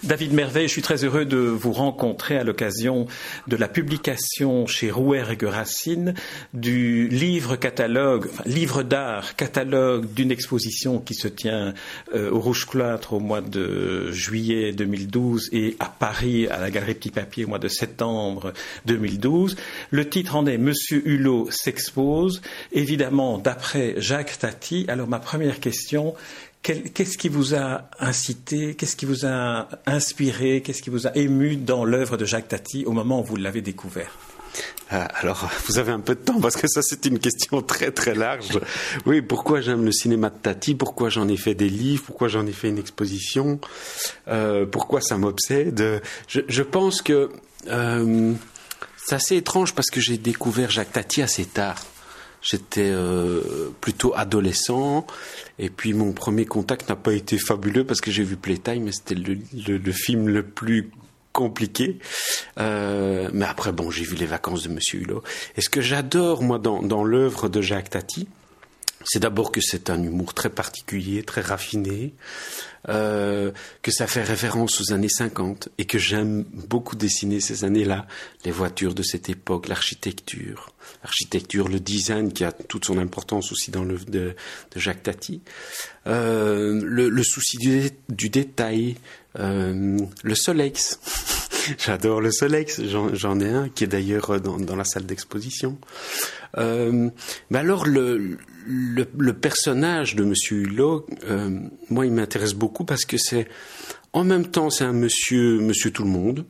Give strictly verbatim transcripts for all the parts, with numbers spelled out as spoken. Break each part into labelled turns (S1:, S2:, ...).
S1: David Merveille, je suis très heureux de vous rencontrer à l'occasion de la publication chez Rouher et Racine du livre catalogue, enfin, livre d'art, catalogue d'une exposition qui se tient euh, au Rouge Cloître au mois de juillet deux mille douze et à Paris à la Galerie Petit Papier au mois de septembre deux mille douze. Le titre en est Monsieur Hulot s'expose, évidemment d'après Jacques Tati. Alors ma première question, qu'est-ce qui vous a incité, qu'est-ce qui vous a inspiré, qu'est-ce qui vous a ému dans l'œuvre de Jacques Tati au moment où vous l'avez découvert?
S2: Alors, vous avez un peu de temps parce que ça, c'est une question très très large. Oui, pourquoi j'aime le cinéma de Tati? Pourquoi j'en ai fait des livres? Pourquoi j'en ai fait une exposition? euh, Pourquoi ça m'obsède? je, je pense que euh, c'est assez étrange parce que j'ai découvert Jacques Tati assez tard. J'étais euh, plutôt adolescent et puis mon premier contact n'a pas été fabuleux parce que j'ai vu Playtime, mais c'était le, le, le film le plus compliqué. Euh, mais après, bon, j'ai vu Les Vacances de Monsieur Hulot. Et ce que j'adore, moi, dans, dans l'œuvre de Jacques Tati, c'est d'abord que c'est un humour très particulier, très raffiné, euh, que ça fait référence aux années cinquante et que j'aime beaucoup dessiner ces années-là, les voitures de cette époque, l'architecture, l'architecture, le design qui a toute son importance aussi dans l'œuvre de, de Jacques Tati, euh, le, le souci du, du détail, euh, le Solex. J'adore le Solex, j'en, j'en ai un qui est d'ailleurs dans, dans la salle d'exposition. Euh, mais alors le, le, le personnage de Monsieur Hulot, euh, moi il m'intéresse beaucoup parce que c'est, en même temps c'est un monsieur, monsieur tout le monde,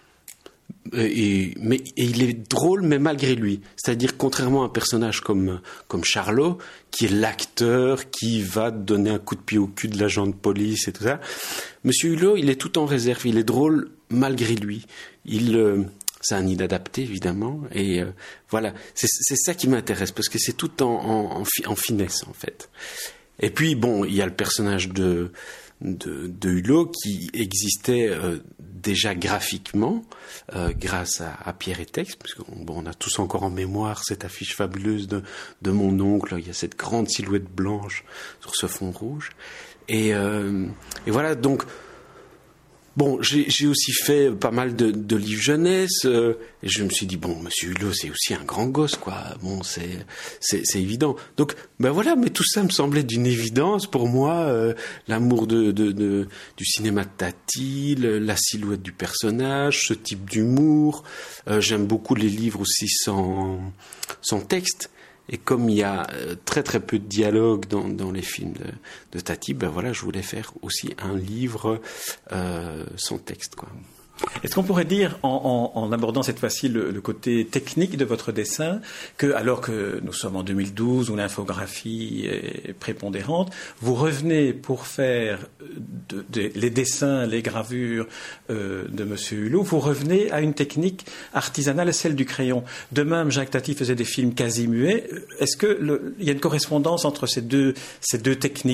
S2: et, mais, et il est drôle mais malgré lui. C'est-à-dire contrairement à un personnage comme, comme Charlot, qui est l'acteur qui va donner un coup de pied au cul de l'agent de police et tout ça, Monsieur Hulot il est tout en réserve, il est drôle malgré lui. Il... Euh, C'est un inadapté, évidemment, et euh, voilà, c'est, c'est ça qui m'intéresse, parce que c'est tout en, en, en, fi, en finesse, en fait. Et puis, bon, il y a le personnage de, de, de Hulot qui existait euh, déjà graphiquement, euh, grâce à, à Pierre Étex, parce qu'on bon, on a tous encore en mémoire cette affiche fabuleuse de, de mon oncle, il y a cette grande silhouette blanche sur ce fond rouge, et, euh, et voilà, donc... Bon, j'ai, j'ai aussi fait pas mal de, de livres jeunesse, euh, et je me suis dit, bon, Monsieur Hulot, c'est aussi un grand gosse, quoi. Bon, c'est, c'est, c'est évident. Donc, ben voilà, mais tout ça me semblait d'une évidence pour moi, euh, l'amour de, de, de, du cinéma de Tati, le, la silhouette du personnage, ce type d'humour. Euh, j'aime beaucoup les livres aussi sans, sans texte. Et comme il y a très très peu de dialogue dans, dans les films de, de Tati, ben voilà, je voulais faire aussi un livre euh, sans texte, quoi.
S1: Est-ce qu'on pourrait dire, en, en, en abordant cette fois-ci le, le côté technique de votre dessin, que alors que nous sommes en deux mille douze où l'infographie est prépondérante, vous revenez pour faire de, de, les dessins, les gravures euh, de Monsieur Hulot, vous revenez à une technique artisanale, celle du crayon. De même, Jacques Tati faisait des films quasi muets. Est-ce qu'il y a une correspondance entre ces deux, ces deux techniques ?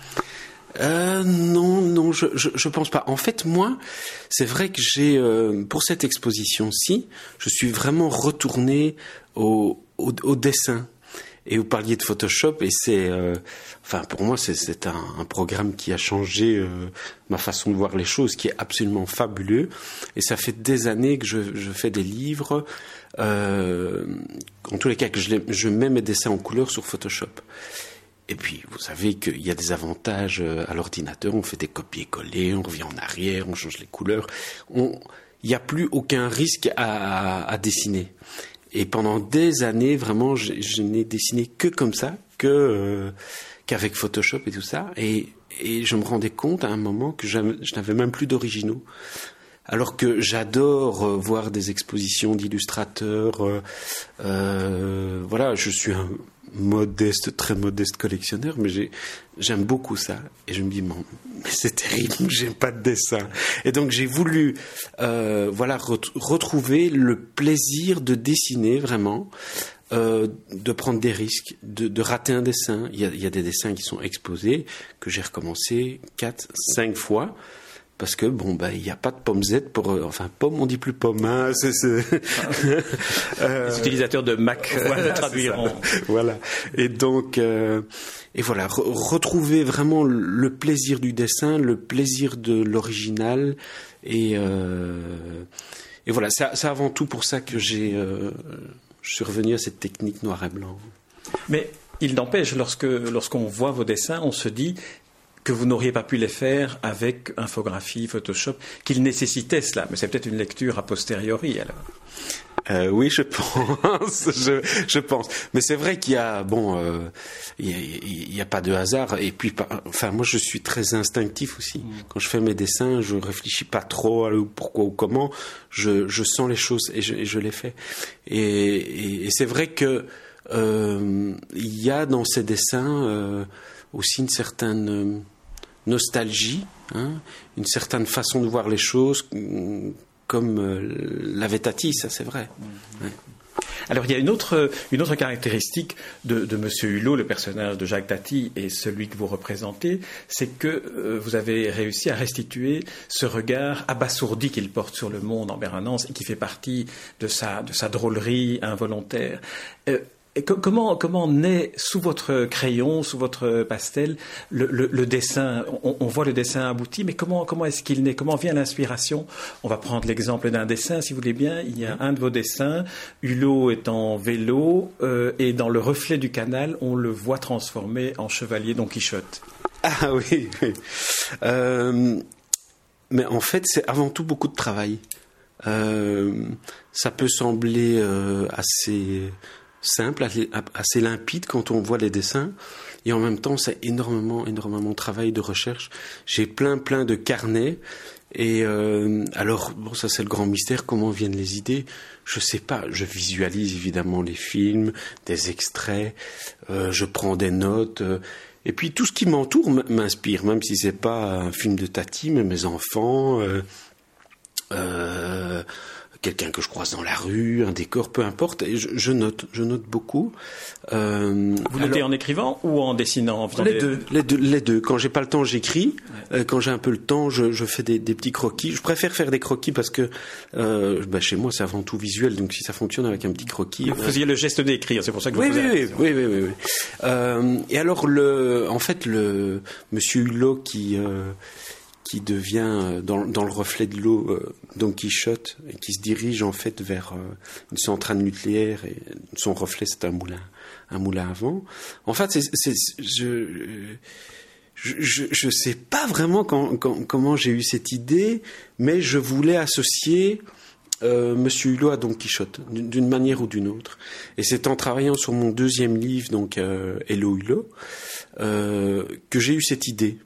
S2: Euh, non, non, je, je, je pense pas. En fait, moi, c'est vrai que j'ai, euh, pour cette exposition-ci, je suis vraiment retourné au, au, au dessin. Et vous parliez de Photoshop, et c'est, euh, enfin, pour moi, c'est, c'est un, un programme qui a changé euh, ma façon de voir les choses, qui est absolument fabuleux. Et ça fait des années que je, je fais des livres, euh, en tous les cas, que je, je mets mes dessins en couleur sur Photoshop. Et puis, vous savez qu'il y a des avantages à l'ordinateur, on fait des copier-coller, on revient en arrière, on change les couleurs. On, il n'y a plus aucun risque à, à, à dessiner. Et pendant des années, vraiment, je, je n'ai dessiné que comme ça, que, euh, qu'avec Photoshop et tout ça. Et, et je me rendais compte à un moment que je n'avais même plus d'originaux. Alors que j'adore euh, voir des expositions d'illustrateurs. Euh, euh, voilà, je suis un modeste, très modeste collectionneur, mais j'ai, j'aime beaucoup ça. Et je me dis, bon, mais c'est terrible, j'ai pas de dessin. Et donc j'ai voulu, euh, voilà, ret- retrouver le plaisir de dessiner vraiment, euh, de prendre des risques, de, de rater un dessin. Il y a, il y a des dessins qui sont exposés que j'ai recommencé quatre, cinq fois. parce que bon bah il n'y a pas de pomme Z pour euh, enfin pomme on dit plus pomme hein, c'est, c'est...
S1: euh... les utilisateurs de Mac voilà, traduiront
S2: voilà et donc euh, et voilà re- retrouver vraiment le plaisir du dessin, le plaisir de l'original et euh, et voilà c'est, c'est avant tout pour ça que j'ai euh, je suis revenu à cette technique noir et blanc.
S1: Mais il n'empêche, lorsque lorsqu'on voit vos dessins, on se dit que vous n'auriez pas pu les faire avec infographie, Photoshop, qu'ils nécessitaient cela. Mais c'est peut-être une lecture a posteriori, alors.
S2: Euh, oui, je pense, je, je pense. Mais c'est vrai qu'il y a, bon, euh, il y a, il y a pas de hasard. Et puis, enfin, moi, je suis très instinctif aussi. Mmh. Quand je fais mes dessins, je réfléchis pas trop à pourquoi ou comment. Je, je sens les choses et je, et je les fais. Et, et, et c'est vrai que euh, il y a dans ces dessins euh, aussi une certaine nostalgie, hein, une certaine façon de voir les choses, comme euh, l'avait Tati, ça c'est vrai. Mmh. Ouais.
S1: Alors il y a une autre, une autre caractéristique de, de Monsieur Hulot, le personnage de Jacques Tati et celui que vous représentez, c'est que euh, vous avez réussi à restituer ce regard abasourdi qu'il porte sur le monde en permanence et qui fait partie de sa, de sa drôlerie involontaire. Euh, Et comment, comment naît sous votre crayon, sous votre pastel, le, le, le dessin? on, on voit le dessin abouti, mais comment, comment est-ce qu'il naît? Comment vient l'inspiration? On va prendre l'exemple d'un dessin, si vous voulez bien. Il y a un de vos dessins, Hulot est en vélo, euh, et dans le reflet du canal, on le voit transformé en chevalier Don Quichotte.
S2: Ah oui, oui. Euh, mais en fait, c'est avant tout beaucoup de travail. Euh, ça peut sembler euh, assez... simple, assez limpide quand on voit les dessins, et en même temps c'est énormément énormément de travail, de recherche. J'ai plein plein de carnets et euh, alors bon, ça c'est le grand mystère, comment viennent les idées, je sais pas. Je visualise évidemment les films, des extraits, euh, je prends des notes, euh, et puis tout ce qui m'entoure m'inspire, même si c'est pas un film de Tati, mais mes enfants, euh, euh, quelqu'un que je croise dans la rue, un décor, peu importe, et je, je note, je note beaucoup.
S1: Euh, Vous notez alors, en écrivant ou en dessinant, en faisant
S2: les,
S1: des...
S2: deux, les deux, les deux. Quand j'ai pas le temps, j'écris. Ouais. Euh, quand j'ai un peu le temps, je, je fais des, des petits croquis. Je préfère faire des croquis parce que euh, bah chez moi, c'est avant tout visuel, donc si ça fonctionne avec un petit croquis.
S1: Vous faisiez le geste d'écrire, c'est pour ça que je
S2: oui,
S1: vous posais
S2: oui,
S1: la question.
S2: Oui, oui, oui, oui. Euh, et alors, le, en fait, le Monsieur Hulot qui euh, qui devient dans, dans le reflet de l'eau euh, Don Quichotte et qui se dirige en fait vers euh, une centrale nucléaire, et son reflet c'est un moulin, un moulin à vent. En fait, c'est, c'est, je, je, je, je sais pas vraiment quand, quand, comment j'ai eu cette idée, mais je voulais associer euh, Monsieur Hulot à Don Quichotte d'une, d'une manière ou d'une autre. Et c'est en travaillant sur mon deuxième livre, donc euh, Hello Hulot, euh, que j'ai eu cette idée.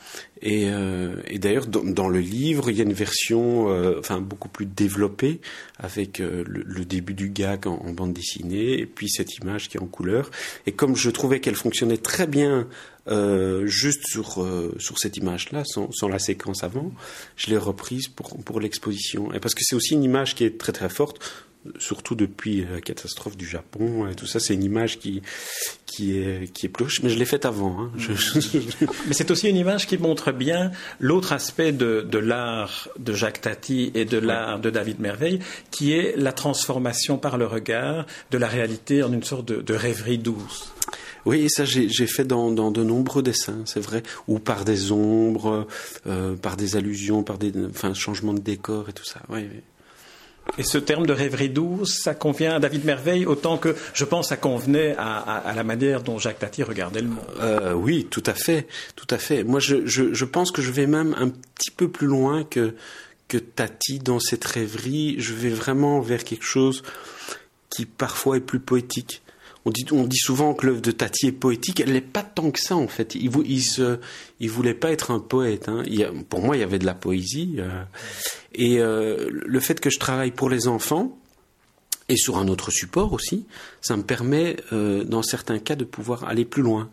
S2: Et, euh, et d'ailleurs, dans, dans le livre, il y a une version, euh, enfin beaucoup plus développée, avec euh, le, le début du gag en, en bande dessinée, et puis cette image qui est en couleur. Et comme je trouvais qu'elle fonctionnait très bien, euh, juste sur euh, sur cette image-là, sans, sans la séquence avant, je l'ai reprise pour pour l'exposition. Et parce que c'est aussi une image qui est très très forte. Surtout depuis la catastrophe du Japon et tout ça, c'est une image qui qui est qui est plus. Mais je l'ai faite avant. Hein. Je, je...
S1: Mais c'est aussi une image qui montre bien l'autre aspect de, de l'art de Jacques Tati et de l'art de David Merveille, qui est la transformation par le regard de la réalité en une sorte de, de rêverie douce.
S2: Oui, et ça j'ai, j'ai fait dans, dans de nombreux dessins, c'est vrai, ou par des ombres, euh, par des allusions, par des, enfin, changements de décor et tout ça. Oui, oui.
S1: Et ce terme de rêverie douce, ça convient à David Merveille autant que, je pense, ça convenait à, à, à la manière dont Jacques Tati regardait le monde.
S2: Euh, oui, tout à fait, tout à fait. Moi, je, je, je pense que je vais même un petit peu plus loin que, que Tati dans cette rêverie. Je vais vraiment vers quelque chose qui parfois est plus poétique. On dit, on dit souvent que l'œuvre de Tati est poétique. Elle n'est pas tant que ça, en fait. Il, il se, il voulait pas être un poète. Hein. Il y a, pour moi, il y avait de la poésie. Euh, et euh, le fait que je travaille pour les enfants et sur un autre support aussi, ça me permet, euh, dans certains cas, de pouvoir aller plus loin.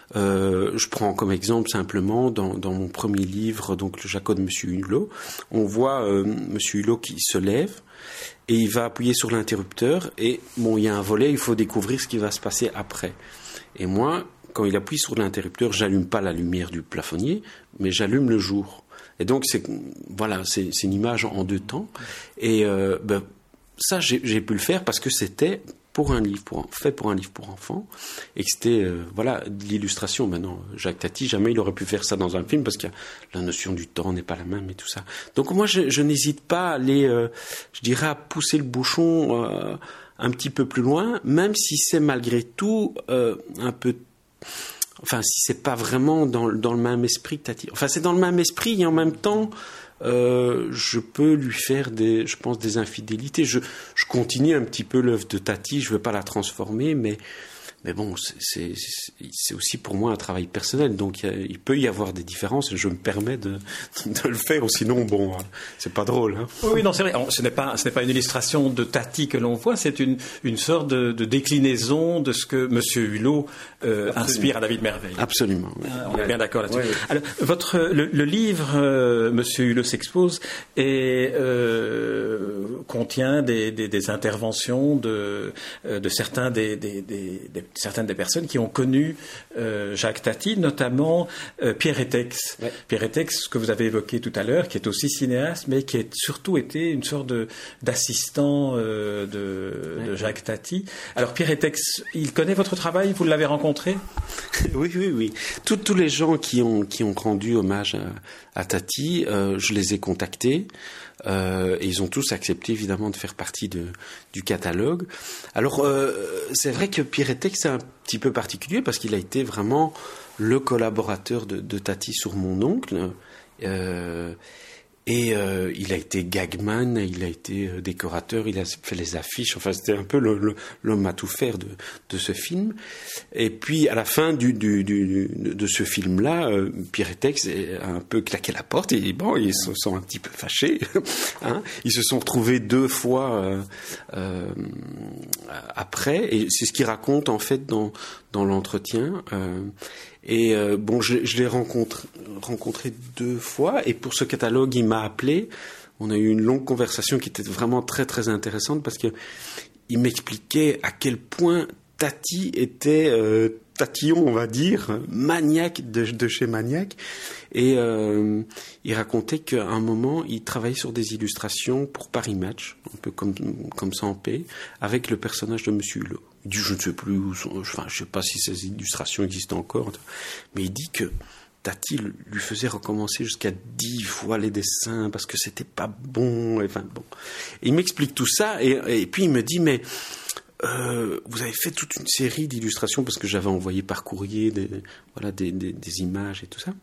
S2: Euh, je prends comme exemple simplement dans, dans mon premier livre, donc le Jaco de Monsieur Hulot, on voit euh, Monsieur Hulot qui se lève. Et il va appuyer sur l'interrupteur et bon, il y a un volet, il faut découvrir ce qui va se passer après. Et moi, quand il appuie sur l'interrupteur, j'allume pas la lumière du plafonnier, mais j'allume le jour. Et donc, c'est, voilà, c'est, c'est une image en deux temps. Et euh, ben, ça, j'ai, j'ai pu le faire parce que c'était pour un livre, pour, fait pour un livre pour enfants, et que c'était, euh, voilà, de l'illustration. Maintenant, Jacques Tati, jamais il aurait pu faire ça dans un film, parce que la notion du temps n'est pas la même et tout ça. Donc moi, je, je n'hésite pas à aller, euh, je dirais, à pousser le bouchon euh, un petit peu plus loin, même si c'est malgré tout euh, un peu... Enfin, si c'est pas vraiment dans, dans le même esprit que Tati. Enfin, c'est dans le même esprit, et en même temps... Euh, je peux lui faire des, je pense, des infidélités. Je, je continue un petit peu l'œuvre de Tati. Je veux pas la transformer, mais, mais bon, c'est, c'est, c'est aussi pour moi un travail personnel. Donc, il, y a, il peut y avoir des différences. Et je me permets de, de le faire. Ou sinon, bon, c'est pas drôle. Hein.
S1: Oui, non, c'est vrai. Ce n'est pas, ce n'est pas une illustration de Tati que l'on voit. C'est une, une sorte de, de déclinaison de ce que Monsieur Hulot euh, inspire à David Merveille.
S2: Absolument. Oui.
S1: Ah, on est bien d'accord là-dessus.
S2: Oui, oui.
S1: Alors, votre, le, le livre euh, Monsieur Hulot s'expose et euh, contient des, des, des interventions de, de certains des, des, des, des certaines des personnes qui ont connu euh, Jacques Tati, notamment euh, Pierre Étex. Ouais. Pierre Étex, que vous avez évoqué tout à l'heure, qui est aussi cinéaste, mais qui a surtout été une sorte de, d'assistant euh, de, ouais. de Jacques Tati. Alors Pierre Étex, il connaît votre travail, vous l'avez rencontré ?
S2: Oui, oui, oui. Tous, tous les gens qui ont, qui ont rendu hommage à, à Tati, euh, je les ai contactés. Euh, et ils ont tous accepté évidemment de faire partie de, du catalogue. Alors euh, c'est vrai que Pierre Étex c'est un petit peu particulier parce qu'il a été vraiment le collaborateur de, de Tati sur Mon oncle. Euh, Et euh, il a été gagman, il a été euh, décorateur, il a fait les affiches. Enfin, c'était un peu le, le, l'homme à tout faire de, de ce film. Et puis, à la fin du, du, du, de ce film-là, euh, Pierre Étex a un peu claqué la porte. Et bon, ils se sont un petit peu fâchés. hein ils se sont retrouvés deux fois euh, euh, après. Et c'est ce qu'il raconte, en fait, dans, dans l'entretien. Euh, Et euh, bon, je, je l'ai rencontré, rencontré deux fois. Et pour ce catalogue, il m'a appelé. On a eu une longue conversation qui était vraiment très très intéressante parce que il m'expliquait à quel point Tati était euh, tatillon, on va dire, maniaque de, de chez maniaque. Et euh, il racontait qu'à un moment, il travaillait sur des illustrations pour Paris Match, un peu comme comme ça en paix, avec le personnage de Monsieur Hulot. Il dit, je ne sais plus où sont, enfin, je sais pas si ces illustrations existent encore, mais il dit que Tati lui faisait recommencer jusqu'à dix fois les dessins parce que c'était pas bon. Et, enfin, bon. Et il m'explique tout ça et, et puis il me dit, mais euh, vous avez fait toute une série d'illustrations parce que j'avais envoyé par courrier des, voilà, des, des, des images et tout ça.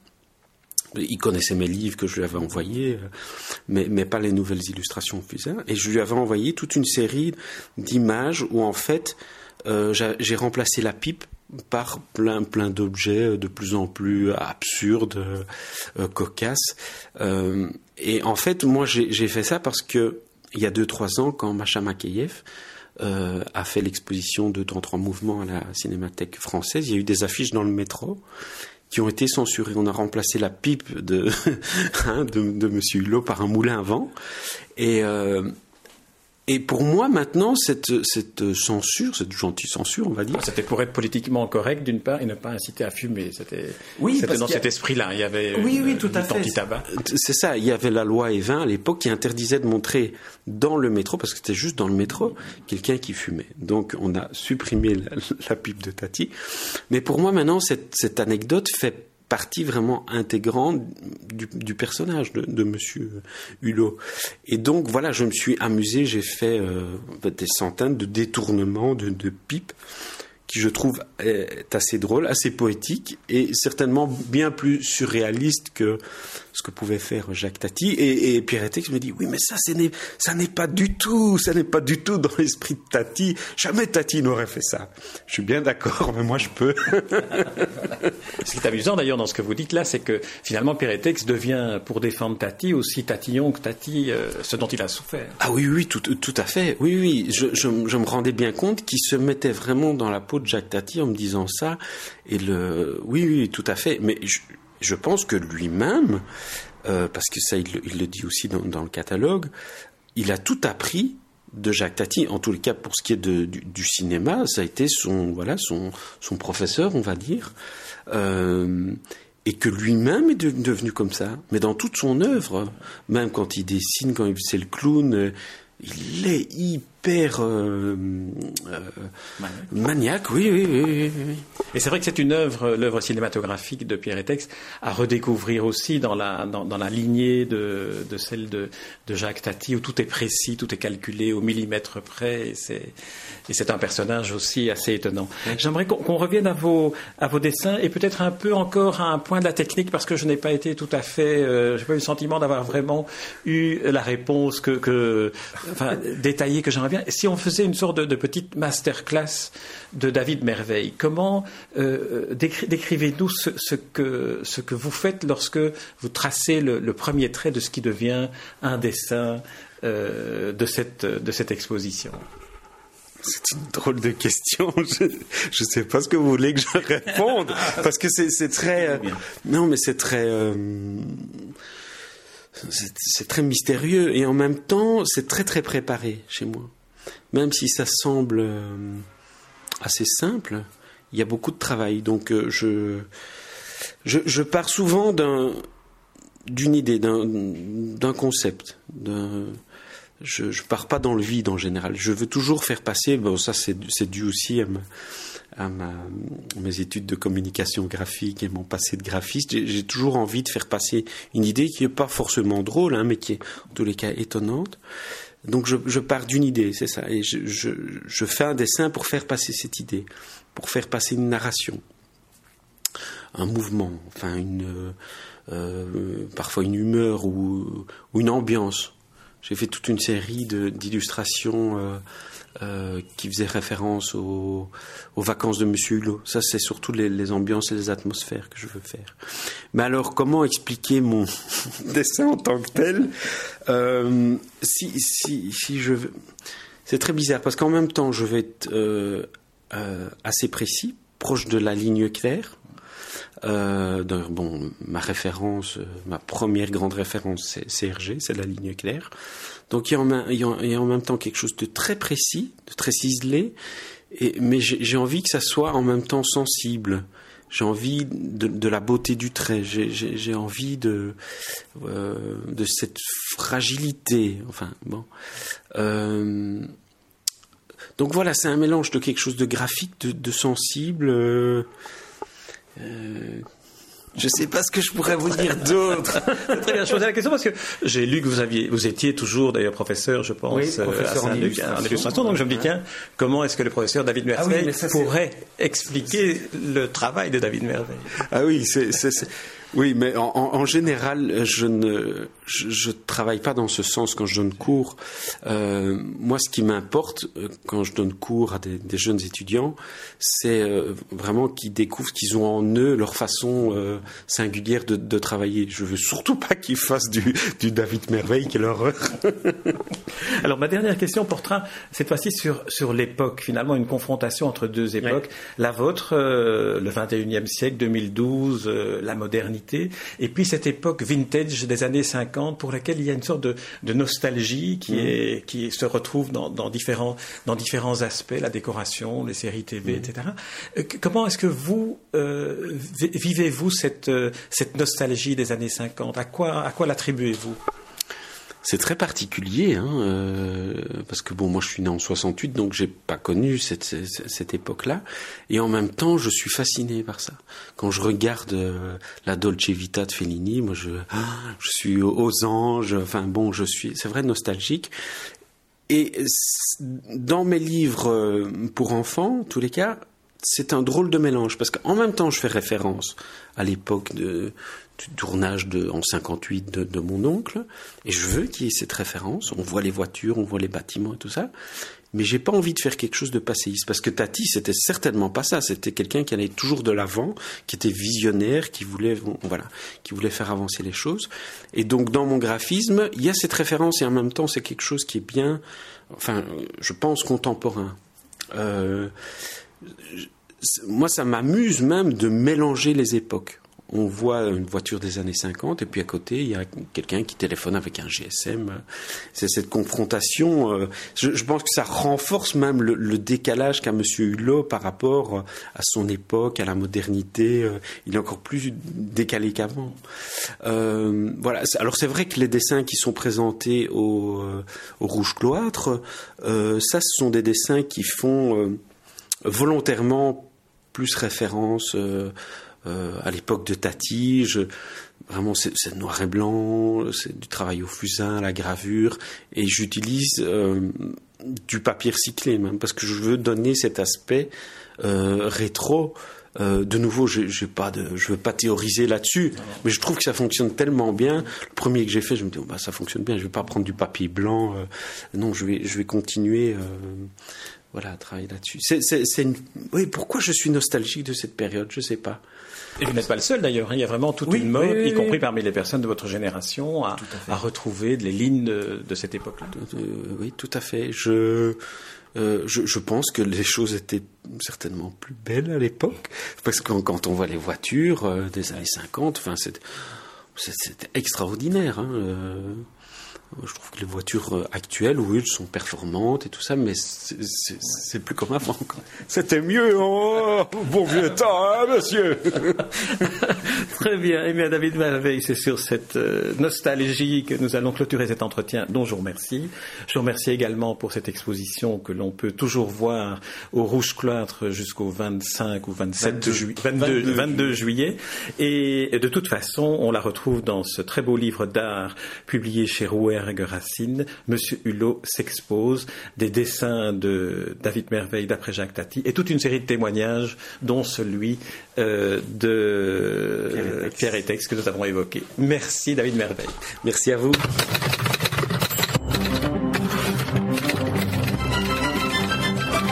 S2: Il connaissait mes livres que je lui avais envoyés, mais, mais pas les nouvelles illustrations officielles. Et je lui avais envoyé toute une série d'images où, en fait, euh, j'ai remplacé la pipe par plein, plein d'objets de plus en plus absurdes, euh, cocasses. Euh, et en fait, moi, j'ai, j'ai fait ça parce que il y a deux, trois ans, quand Macha Makeyev euh, a fait l'exposition de Temps trois mouvements à la Cinémathèque française, il y a eu des affiches dans le métro qui ont été censurés. On a remplacé la pipe de, hein, de, de Monsieur Hulot par un moulin à vent. Et, euh, et pour moi, maintenant, cette, cette censure, cette gentille censure, on va dire...
S1: C'était pour être politiquement correct, d'une part, et ne pas inciter à fumer. C'était,
S2: oui,
S1: c'était dans cet a... esprit-là. Il y avait
S2: oui, oui,
S1: euh,
S2: tout à fait.
S1: Anti-tabac.
S2: C'est ça. Il y avait la loi Evin à l'époque qui interdisait de montrer dans le métro, parce que c'était juste dans le métro, quelqu'un qui fumait. Donc, on a supprimé la, la pipe de Tati. Mais pour moi, maintenant, cette, cette anecdote fait partie vraiment intégrante du, du personnage de, de Monsieur Hulot. Et donc, voilà, je me suis amusé, j'ai fait euh, des centaines de détournements de, de pipes qui, je trouve, est assez drôle, assez poétique et certainement bien plus surréaliste que ce que pouvait faire Jacques Tati. Et, et Pierre Étex me dit, oui, mais ça, c'est n'est, ça n'est pas du tout, ça n'est pas du tout dans l'esprit de Tati. Jamais Tati n'aurait fait ça. Je suis bien d'accord, mais moi, je peux.
S1: Ce qui est amusant, d'ailleurs, dans ce que vous dites là, c'est que finalement, Pierre Étex devient, pour défendre Tati, aussi tatillon que Tati, euh, ce dont il a souffert.
S2: Ah oui, oui, tout, tout à fait. Oui, oui, je, je, je me rendais bien compte qu'il se mettait vraiment dans la peau de Jacques Tati en me disant ça. Et le, oui, oui, tout à fait. Mais je, je pense que lui-même, euh, parce que ça, il, il le dit aussi dans, dans le catalogue, il a tout appris de Jacques Tati. En tous les cas, pour ce qui est de, du, du cinéma, ça a été son, voilà, son, son professeur, on va dire. Euh, et que lui-même est de, devenu comme ça, mais dans toute son œuvre, même quand il dessine, quand il c'est le clown, il est hyper euh, euh, maniaque. maniaque, oui, oui, oui, oui.
S1: Et c'est vrai que c'est une œuvre, l'œuvre cinématographique de Pierre Étex, à redécouvrir aussi dans la, dans, dans la lignée de, de celle de, de Jacques Tati, où tout est précis, tout est calculé au millimètre près, et c'est, et c'est un personnage aussi assez étonnant. Oui. J'aimerais qu'on, qu'on revienne à vos, à vos dessins, et peut-être un peu encore à un point de la technique, parce que je n'ai pas été tout à fait, euh, j'ai pas eu le sentiment d'avoir vraiment eu la réponse que, que enfin, détaillée que j'aimerais bien. Si on faisait une sorte de, de petite masterclass de David Merveille, comment euh, décri- décrivez-nous ce, ce, que, ce que vous faites lorsque vous tracez le, le premier trait de ce qui devient un dessin euh, de, cette, de cette exposition?
S2: C'est une drôle de question. Je ne sais pas ce que vous voulez que je réponde, parce que c'est, c'est très... Euh, non, mais c'est très... Euh, c'est, c'est très mystérieux, et en même temps, c'est très très préparé chez moi. Même si ça semble euh, assez simple, il y a beaucoup de travail. Donc euh, je, je, je pars souvent d'un, d'une idée, d'un, d'un concept. D'un, je ne pars pas dans le vide en général. Je veux toujours faire passer, bon, ça c'est, c'est dû aussi à, ma, à ma, mes études de communication graphique et mon passé de graphiste. J'ai, j'ai toujours envie de faire passer une idée qui n'est pas forcément drôle, hein, mais qui est en tous les cas étonnante. Donc je, je pars d'une idée, c'est ça, et je, je, je fais un dessin pour faire passer cette idée, pour faire passer une narration, un mouvement, enfin une, euh, parfois une humeur ou, ou une ambiance. J'ai fait toute une série de, d'illustrations euh, euh, qui faisaient référence aux, aux vacances de Monsieur Hulot. Ça, c'est surtout les, les ambiances et les atmosphères que je veux faire. Mais alors, comment expliquer mon dessin en tant que tel ? euh, si, si, si je veux... C'est très bizarre, parce qu'en même temps, je vais être euh, euh, assez précis, proche de la ligne claire. Euh, bon, ma référence, euh, ma première grande référence, c'est C R G, c'est la ligne claire. Donc il y a en même, il y a, il y a en même temps quelque chose de très précis, de très ciselé, et, mais j'ai, j'ai envie que ça soit en même temps sensible. J'ai envie de, de la beauté du trait. J'ai, j'ai, j'ai envie de euh, de cette fragilité. Enfin bon. Euh, donc voilà, c'est un mélange de quelque chose de graphique, de, de sensible. Euh, Euh, je ne sais pas ce que je pourrais vous dire d'autre.
S1: C'est très bien, je posais la question parce que j'ai lu que vous aviez, vous étiez toujours d'ailleurs professeur, je pense,
S2: oui, professeur
S1: à en, illustration. en illustration. Donc je me dis, tiens, comment est-ce que le professeur David Merveille ah oui, pourrait c'est... expliquer le travail de David Merveille?
S2: Ah oui, c'est, c'est, c'est... oui, mais en, en général, je ne, je, je travaille pas dans ce sens quand je donne cours. Euh, moi, ce qui m'importe quand je donne cours à des, des jeunes étudiants, c'est euh, vraiment qu'ils découvrent qu'ils ont en eux leur façon euh, singulière de, de travailler. Je veux surtout pas qu'ils fassent du, du David Merveille, quelle horreur.
S1: Alors, ma dernière question portera cette fois-ci sur sur l'époque. Finalement, une confrontation entre deux époques. Ouais. La vôtre, euh, le vingt et unième siècle, deux mille douze, euh, la modernité. Et puis cette époque vintage des années cinquante pour laquelle il y a une sorte de, de nostalgie qui, mmh. est, qui se retrouve dans, dans, différents, dans différents aspects, la décoration, les séries T V, mmh. et cetera. Euh, comment est-ce que vous euh, vivez-vous cette, euh, cette nostalgie des années cinquante? À quoi, à quoi l'attribuez-vous?
S2: C'est très particulier, hein, euh, parce que bon, moi je suis né en soixante-huit, donc j'ai pas connu cette, cette, cette époque-là, et en même temps, je suis fasciné par ça. Quand je regarde euh, la Dolce Vita de Fellini, moi je, je suis aux anges. Enfin bon, je suis, c'est vrai, nostalgique. Et dans mes livres pour enfants, en tous les cas, c'est un drôle de mélange, parce qu'en même temps, je fais référence à l'époque de du tournage de, en cinquante-huit de, de mon oncle, et je veux qu'il y ait cette référence. On voit les voitures, on voit les bâtiments et tout ça, mais j'ai pas envie de faire quelque chose de passéiste, parce que Tati, c'était certainement pas ça. C'était quelqu'un qui allait toujours de l'avant, qui était visionnaire, qui voulait, voilà, qui voulait faire avancer les choses. Et donc, dans mon graphisme, il y a cette référence, et en même temps, c'est quelque chose qui est bien, enfin, je pense, contemporain. Euh, moi, ça m'amuse même de mélanger les époques. on voit une voiture des années cinquante et puis à côté il y a quelqu'un qui téléphone avec un G S M. C'est cette confrontation. Euh, je, je pense que ça renforce même le, le décalage qu'a Monsieur Hulot par rapport à son époque, à la modernité. Euh, il est encore plus décalé qu'avant. Euh, voilà. Alors c'est vrai que les dessins qui sont présentés au, euh, au rouge cloître, euh, ça ce sont des dessins qui font euh, volontairement plus référence euh, euh, à l'époque de Tati. Je, vraiment, c'est, c'est noir et blanc, c'est du travail au fusain, la gravure, et j'utilise euh, du papier recyclé même, parce que je veux donner cet aspect euh, rétro. Euh, de nouveau, je ne pas de, je veux pas théoriser là-dessus, mais je trouve que ça fonctionne tellement bien. Le premier que j'ai fait, je me dis, oh, bah, ça fonctionne bien, je vais pas prendre du papier blanc. Euh, non, je vais, je vais continuer... Euh, Voilà, travailler là-dessus. C'est, c'est, c'est une... Oui, pourquoi je suis nostalgique de cette période, je ne sais pas.
S1: Et vous n'êtes pas le seul d'ailleurs, il y a vraiment toute oui, une mode, oui, oui, y compris oui. parmi les personnes de votre génération, à, à, à retrouver les lignes de, de cette époque-là.
S2: Euh, oui, tout à fait. Je, euh, je, je pense que les choses étaient certainement plus belles à l'époque, parce que quand on voit les voitures euh, des années cinquante, enfin, c'était, c'était extraordinaire. Hein, euh... Je trouve que les voitures actuelles, oui, elles sont performantes et tout ça, mais c'est, c'est, c'est plus comme avant. C'était mieux, oh, bon vieux temps, hein, monsieur.
S1: Très bien. Eh bien, David Merveille, c'est sur cette nostalgie que nous allons clôturer cet entretien, dont je vous remercie. Je vous remercie également pour cette exposition que l'on peut toujours voir au Rouge Cloître jusqu'au vingt-cinq ou vingt-sept juillet, vingt-deux, vingt-deux, vingt-deux juillet. Et de toute façon, on la retrouve dans ce très beau livre d'art publié chez Rouher Racine, Monsieur Hulot s'expose, des dessins de David Merveille d'après Jacques Tati et toute une série de témoignages, dont celui euh, de Pierre Etex que nous avons évoqué. Merci David Merveille.
S2: Merci à vous.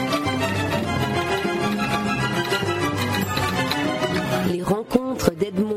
S3: Les rencontres d'Edmond